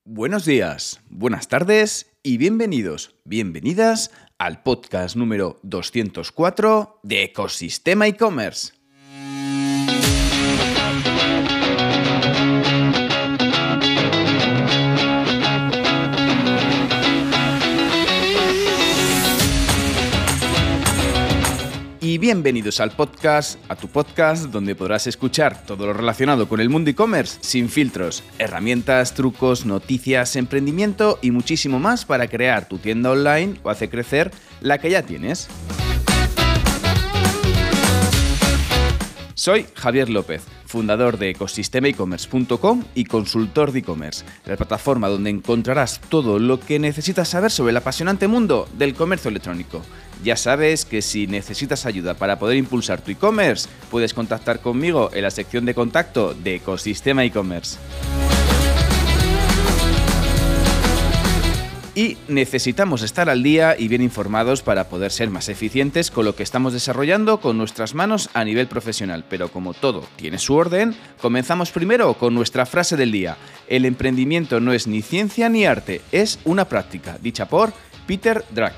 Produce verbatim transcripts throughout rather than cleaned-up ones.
Buenos días, buenas tardes y bienvenidos, bienvenidas al podcast número doscientos cuatro de Ecosistema e-commerce. Y bienvenidos al podcast, a tu podcast donde podrás escuchar todo lo relacionado con el mundo e-commerce sin filtros, herramientas, trucos, noticias, emprendimiento y muchísimo más para crear tu tienda online o hacer crecer la que ya tienes. Soy Javier López, fundador de ecosistema e commerce punto com y consultor de e-commerce, la plataforma donde encontrarás todo lo que necesitas saber sobre el apasionante mundo del comercio electrónico. Ya sabes que si necesitas ayuda para poder impulsar tu e-commerce, puedes contactar conmigo en la sección de contacto de Ecosistema e-commerce. Y necesitamos estar al día y bien informados para poder ser más eficientes con lo que estamos desarrollando con nuestras manos a nivel profesional. Pero como todo tiene su orden, comenzamos primero con nuestra frase del día. El emprendimiento no es ni ciencia ni arte, es una práctica, dicha por Peter Drucker.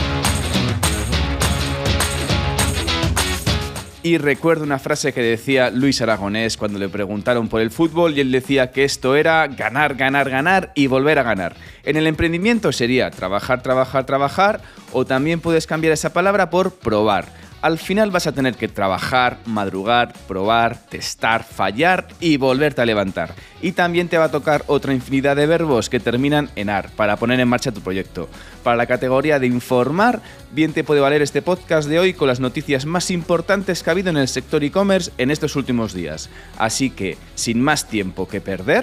Y recuerdo una frase que decía Luis Aragonés cuando le preguntaron por el fútbol y él decía que esto era ganar, ganar, ganar y volver a ganar. En el emprendimiento sería trabajar, trabajar, trabajar o también puedes cambiar esa palabra por probar. Al final vas a tener que trabajar, madrugar, probar, testar, fallar y volverte a levantar. Y también te va a tocar otra infinidad de verbos que terminan en ar para poner en marcha tu proyecto. Para la categoría de informar, bien te puede valer este podcast de hoy con las noticias más importantes que ha habido en el sector e-commerce en estos últimos días. Así que, sin más tiempo que perder,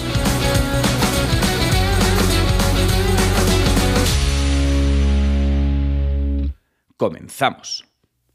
comenzamos.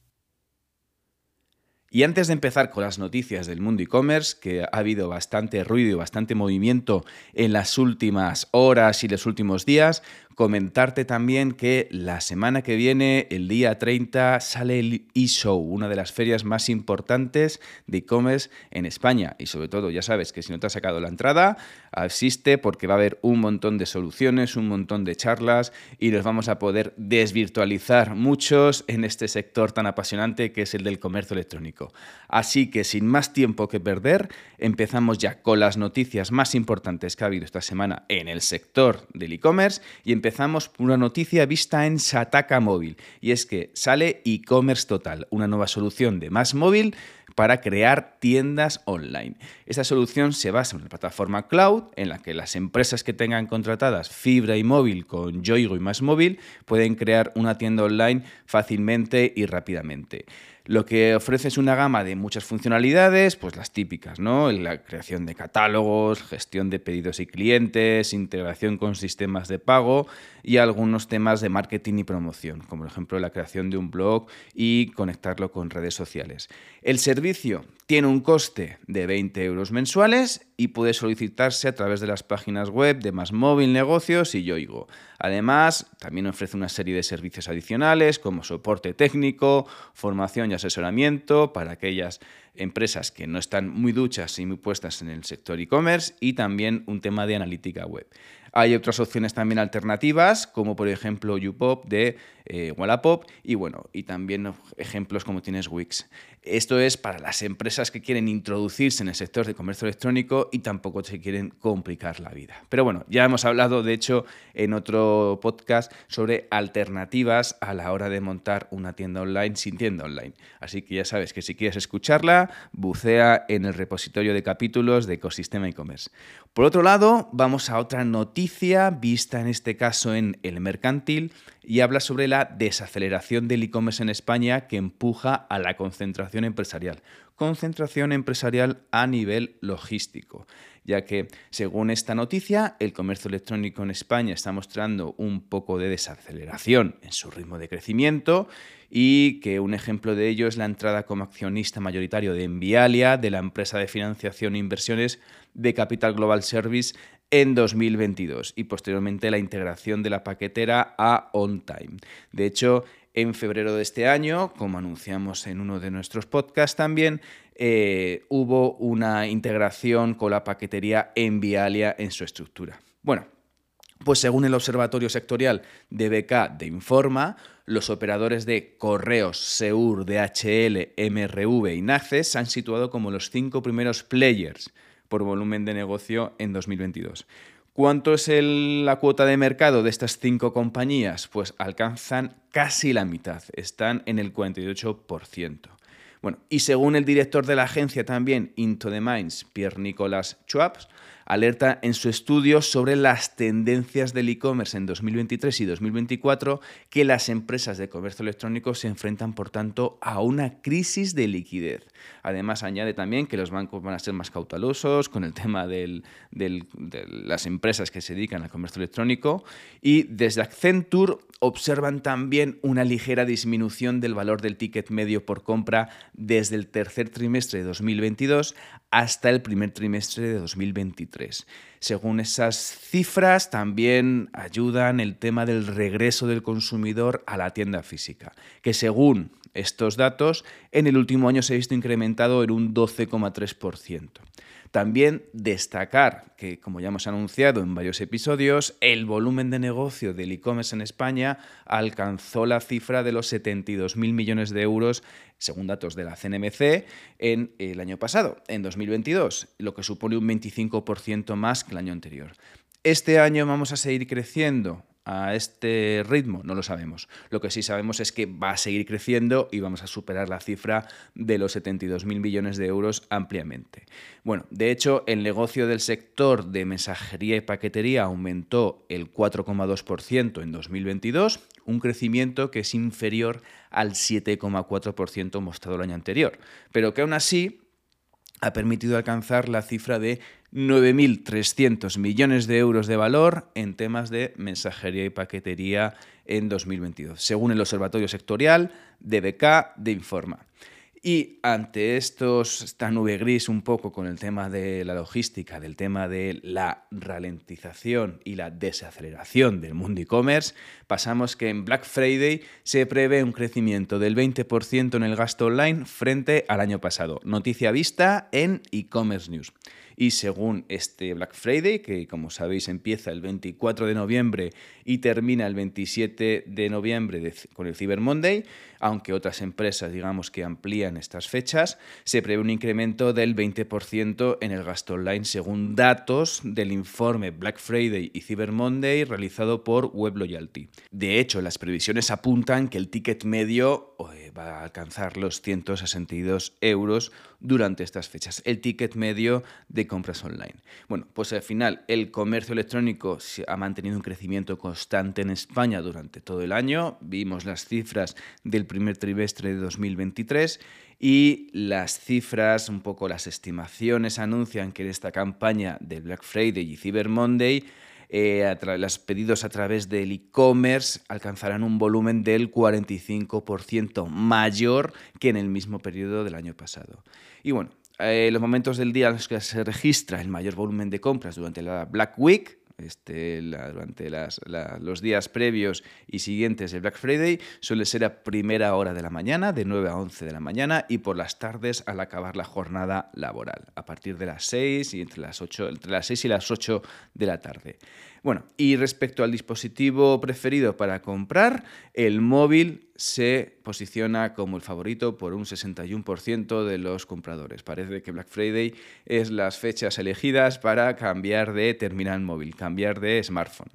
Y antes de empezar con las noticias del mundo e-commerce, que ha habido bastante ruido y bastante movimiento en las últimas horas y los últimos días, comentarte también que la semana que viene, el día treinta, sale el eShow, una de las ferias más importantes de e-commerce en España. Y sobre todo, ya sabes que si no te has sacado la entrada, asiste porque va a haber un montón de soluciones, un montón de charlas y nos vamos a poder desvirtualizar muchos en este sector tan apasionante que es el del comercio electrónico. Así que sin más tiempo que perder, empezamos ya con las noticias más importantes que ha habido esta semana en el sector del e-commerce y empezamos por una noticia vista en Shataka Móvil y es que sale e-commerce Total, una nueva solución de Más Móvil para crear tiendas online. Esta solución se basa en una plataforma cloud en la que las empresas que tengan contratadas fibra y móvil con Yoigo y Más Móvil pueden crear una tienda online fácilmente y rápidamente. Lo que ofrece es una gama de muchas funcionalidades, pues las típicas, ¿no? La creación de catálogos, gestión de pedidos y clientes, integración con sistemas de pago y algunos temas de marketing y promoción, como por ejemplo la creación de un blog y conectarlo con redes sociales. El servicio tiene un coste de veinte euros mensuales y puede solicitarse a través de las páginas web de Más Móvil Negocios y Yoigo. Además, también ofrece una serie de servicios adicionales como soporte técnico, formación y asesoramiento para aquellas empresas que no están muy duchas y muy puestas en el sector e-commerce y también un tema de analítica web. Hay otras opciones también alternativas, como por ejemplo YouPop de eh, Wallapop y bueno, y también ejemplos como tienes Wix. Esto es para las empresas que quieren introducirse en el sector de comercio electrónico y tampoco se quieren complicar la vida. Pero bueno, ya hemos hablado de hecho en otro podcast sobre alternativas a la hora de montar una tienda online sin tienda online. Así que ya sabes que si quieres escucharla, bucea en el repositorio de capítulos de Ecosistema e-commerce. Por otro lado, vamos a otra noticia vista en este caso en El Mercantil y habla sobre la desaceleración del e-commerce en España que empuja a la concentración empresarial. Concentración empresarial a nivel logístico, ya que, según esta noticia, el comercio electrónico en España está mostrando un poco de desaceleración en su ritmo de crecimiento y que un ejemplo de ello es la entrada como accionista mayoritario de Envialia, de la empresa de financiación e inversiones de Capital Global Service en dos mil veintidós y posteriormente la integración de la paquetera a OnTime. De hecho, en febrero de este año, como anunciamos en uno de nuestros podcasts también, eh, hubo una integración con la paquetería Envialia en su estructura. Bueno, pues según el Observatorio Sectorial de B K de Informa, los operadores de Correos, Seur, D H L, M R V y Naces se han situado como los cinco primeros players por volumen de negocio en dos mil veintidós. ¿Cuánto es el, la cuota de mercado de estas cinco compañías? Pues alcanzan casi la mitad, están en el cuarenta y ocho por ciento. Bueno, y según el director de la agencia también, Into the Minds, Pierre-Nicolas Schwab, alerta en su estudio sobre las tendencias del e-commerce en dos mil veintitrés y dos mil veinticuatro que las empresas de comercio electrónico se enfrentan, por tanto, a una crisis de liquidez. Además, añade también que los bancos van a ser más cautelosos con el tema del, del, de las empresas que se dedican al comercio electrónico, y desde Accenture observan también una ligera disminución del valor del ticket medio por compra desde el tercer trimestre de dos mil veintidós hasta el primer trimestre de dos mil veintitrés. Según esas cifras, también ayudan el tema del regreso del consumidor a la tienda física, que según estos datos, en el último año se ha visto incrementado en un doce coma tres por ciento. También destacar que, como ya hemos anunciado en varios episodios, el volumen de negocio del e-commerce en España alcanzó la cifra de los setenta y dos mil millones de euros, según datos de la C N M C, en el año pasado, en dos mil veintidós, lo que supone un veinticinco por ciento más que el año anterior. ¿Este año vamos a seguir creciendo a este ritmo? No lo sabemos. Lo que sí sabemos es que va a seguir creciendo y vamos a superar la cifra de los setenta y dos mil millones de euros ampliamente. Bueno, de hecho, el negocio del sector de mensajería y paquetería aumentó el cuatro coma dos por ciento en dos mil veintidós, un crecimiento que es inferior al siete coma cuatro por ciento mostrado el año anterior, pero que aún así ha permitido alcanzar la cifra de nueve mil trescientos millones de euros de valor en temas de mensajería y paquetería en dos mil veintidós, según el Observatorio Sectorial de B K de Informa. Y ante estos, esta nube gris un poco con el tema de la logística, del tema de la ralentización y la desaceleración del mundo e-commerce, pasamos que en Black Friday se prevé un crecimiento del veinte por ciento en el gasto online frente al año pasado. Noticia vista en e-commerce news. Y según este Black Friday, que como sabéis empieza el veinticuatro de noviembre y termina el veintisiete de noviembre de, con el Cyber Monday, aunque otras empresas digamos que amplían estas fechas, se prevé un incremento del veinte por ciento en el gasto online según datos del informe Black Friday y Cyber Monday realizado por Web Loyalty. De hecho, las previsiones apuntan que el ticket medio eh, va a alcanzar los ciento sesenta y dos euros durante estas fechas, el ticket medio de compras online. Bueno, pues al final el comercio electrónico ha mantenido un crecimiento constante en España durante todo el año. Vimos las cifras del primer trimestre de dos mil veintitrés y las cifras, un poco las estimaciones anuncian que en esta campaña de Black Friday y Cyber Monday Eh, los pedidos a través del e-commerce alcanzarán un volumen del cuarenta y cinco por ciento mayor que en el mismo periodo del año pasado. Y bueno, eh, los momentos del día en los que se registra el mayor volumen de compras durante la Black Week, este, la, durante las, la, los días previos y siguientes del Black Friday, suele ser a primera hora de la mañana, de nueve a once de la mañana, y por las tardes al acabar la jornada laboral, a partir de las seis y entre las ocho, entre las seis y las ocho de la tarde. Bueno, y respecto al dispositivo preferido para comprar, el móvil se posiciona como el favorito por un sesenta y uno por ciento de los compradores. Parece que Black Friday es las fechas elegidas para cambiar de terminal móvil, cambiar de smartphone.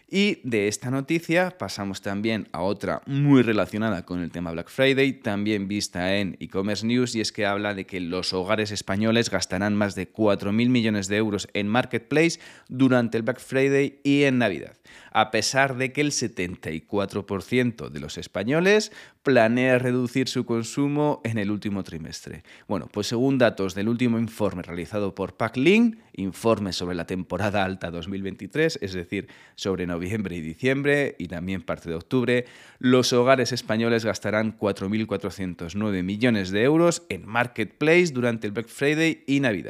Y de esta noticia pasamos también a otra muy relacionada con el tema Black Friday, también vista en e-commerce news, y es que habla de que los hogares españoles gastarán más de cuatro mil millones de euros en marketplace durante el Black Friday y en Navidad, a pesar de que el setenta y cuatro por ciento de los españoles planea reducir su consumo en el último trimestre. Bueno, pues según datos del último informe realizado por Packlink, informe sobre la temporada alta dos mil veintitrés, es decir, sobre noviembre y diciembre y también parte de octubre, los hogares españoles gastarán cuatro mil cuatrocientos nueve millones de euros en marketplace durante el Black Friday y Navidad.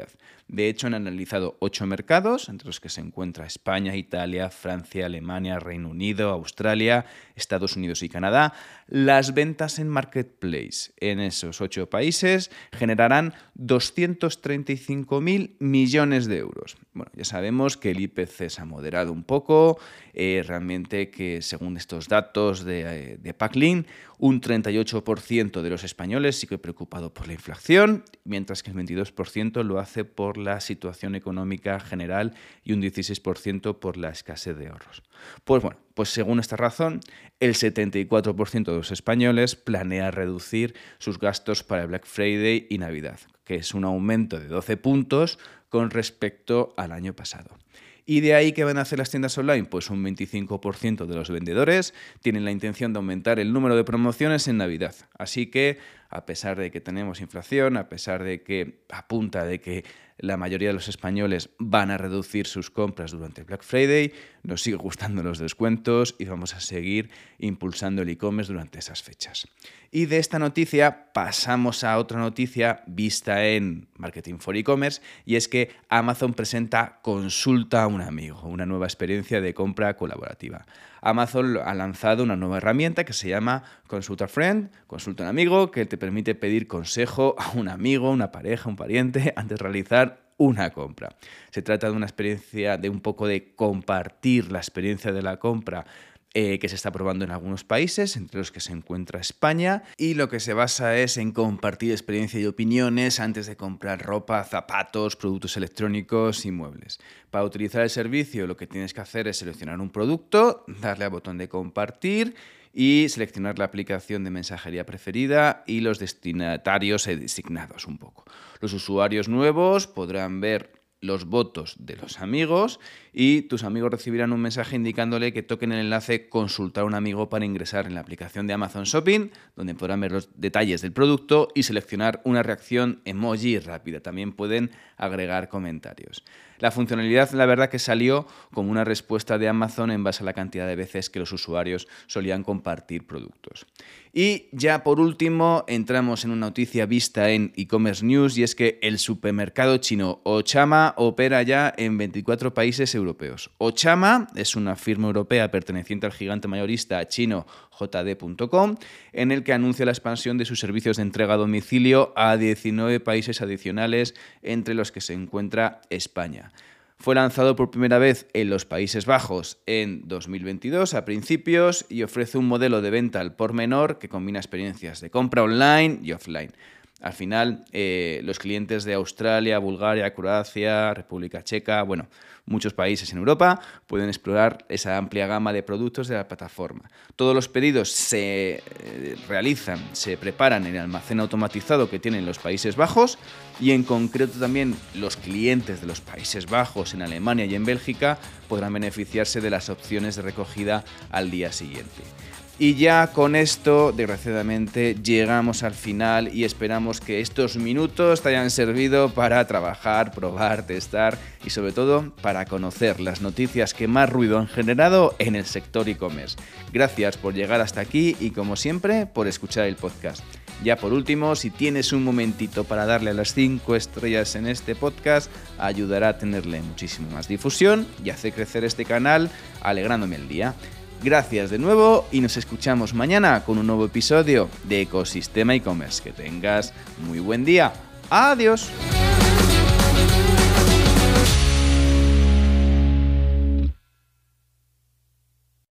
De hecho, han analizado ocho mercados, entre los que se encuentra España, Italia, Francia, Alemania, Reino Unido, Australia, Estados Unidos y Canadá. Las ventas en Marketplace en esos ocho países generarán doscientos treinta y cinco mil millones de euros. Bueno, ya sabemos que el I P C se ha moderado un poco, eh, realmente que según estos datos de, de Packlin, un treinta y ocho por ciento de los españoles sigue preocupado por la inflación, mientras que el veintidós por ciento lo hace por la situación económica general y un dieciséis por ciento por la escasez de ahorros. Pues bueno, pues según esta razón, el setenta y cuatro por ciento de los españoles planea reducir sus gastos para Black Friday y Navidad, que es un aumento de doce puntos con respecto al año pasado. ¿Y de ahí qué van a hacer las tiendas online? Pues un veinticinco por ciento de los vendedores tienen la intención de aumentar el número de promociones en Navidad. Así que, a pesar de que tenemos inflación, a pesar de que apunta de que la mayoría de los españoles van a reducir sus compras durante Black Friday, nos sigue gustando los descuentos y vamos a seguir impulsando el e-commerce durante esas fechas. Y de esta noticia pasamos a otra noticia vista en Marketing for E-Commerce, y es que Amazon presenta Consulta a un amigo, una nueva experiencia de compra colaborativa. Amazon ha lanzado una nueva herramienta que se llama Consult a Friend, consulta a un amigo, que te permite pedir consejo a un amigo, una pareja, un pariente, antes de realizar una compra. Se trata de una experiencia de un poco de compartir la experiencia de la compra Eh, que se está probando en algunos países, entre los que se encuentra España, y lo que se basa es en compartir experiencia y opiniones antes de comprar ropa, zapatos, productos electrónicos y muebles. Para utilizar el servicio, lo que tienes que hacer es seleccionar un producto, darle al botón de compartir y seleccionar la aplicación de mensajería preferida y los destinatarios designados un poco. Los usuarios nuevos podrán ver los votos de los amigos y tus amigos recibirán un mensaje indicándole que toquen el enlace Consultar a un amigo para ingresar en la aplicación de Amazon Shopping, donde podrán ver los detalles del producto y seleccionar una reacción emoji rápida. También pueden agregar comentarios. La funcionalidad, la verdad, que salió como una respuesta de Amazon en base a la cantidad de veces que los usuarios solían compartir productos. Y ya por último, entramos en una noticia vista en e-commerce news, y es que el supermercado chino Ochama opera ya en veinticuatro países europeos. Ochama es una firma europea perteneciente al gigante mayorista chino J D punto com, en el que anuncia la expansión de sus servicios de entrega a domicilio a diecinueve países adicionales, entre los que se encuentra España. Fue lanzado por primera vez en los Países Bajos en dos mil veintidós a principios y ofrece un modelo de venta al por menor que combina experiencias de compra online y offline. Al final, eh, los clientes de Australia, Bulgaria, Croacia, República Checa, bueno, muchos países en Europa pueden explorar esa amplia gama de productos de la plataforma. Todos los pedidos se eh, realizan, se preparan en el almacén automatizado que tienen los Países Bajos, y en concreto también los clientes de los Países Bajos en Alemania y en Bélgica podrán beneficiarse de las opciones de recogida al día siguiente. Y ya con esto, desgraciadamente, llegamos al final y esperamos que estos minutos te hayan servido para trabajar, probar, testar y sobre todo para conocer las noticias que más ruido han generado en el sector e-commerce. Gracias por llegar hasta aquí y, como siempre, por escuchar el podcast. Ya por último, si tienes un momentito para darle a las cinco estrellas en este podcast, ayudará a tenerle muchísimo más difusión y hacer crecer este canal, alegrándome el día. Gracias de nuevo y nos escuchamos mañana con un nuevo episodio de Ecosistema e-commerce. Que tengas muy buen día. ¡Adiós!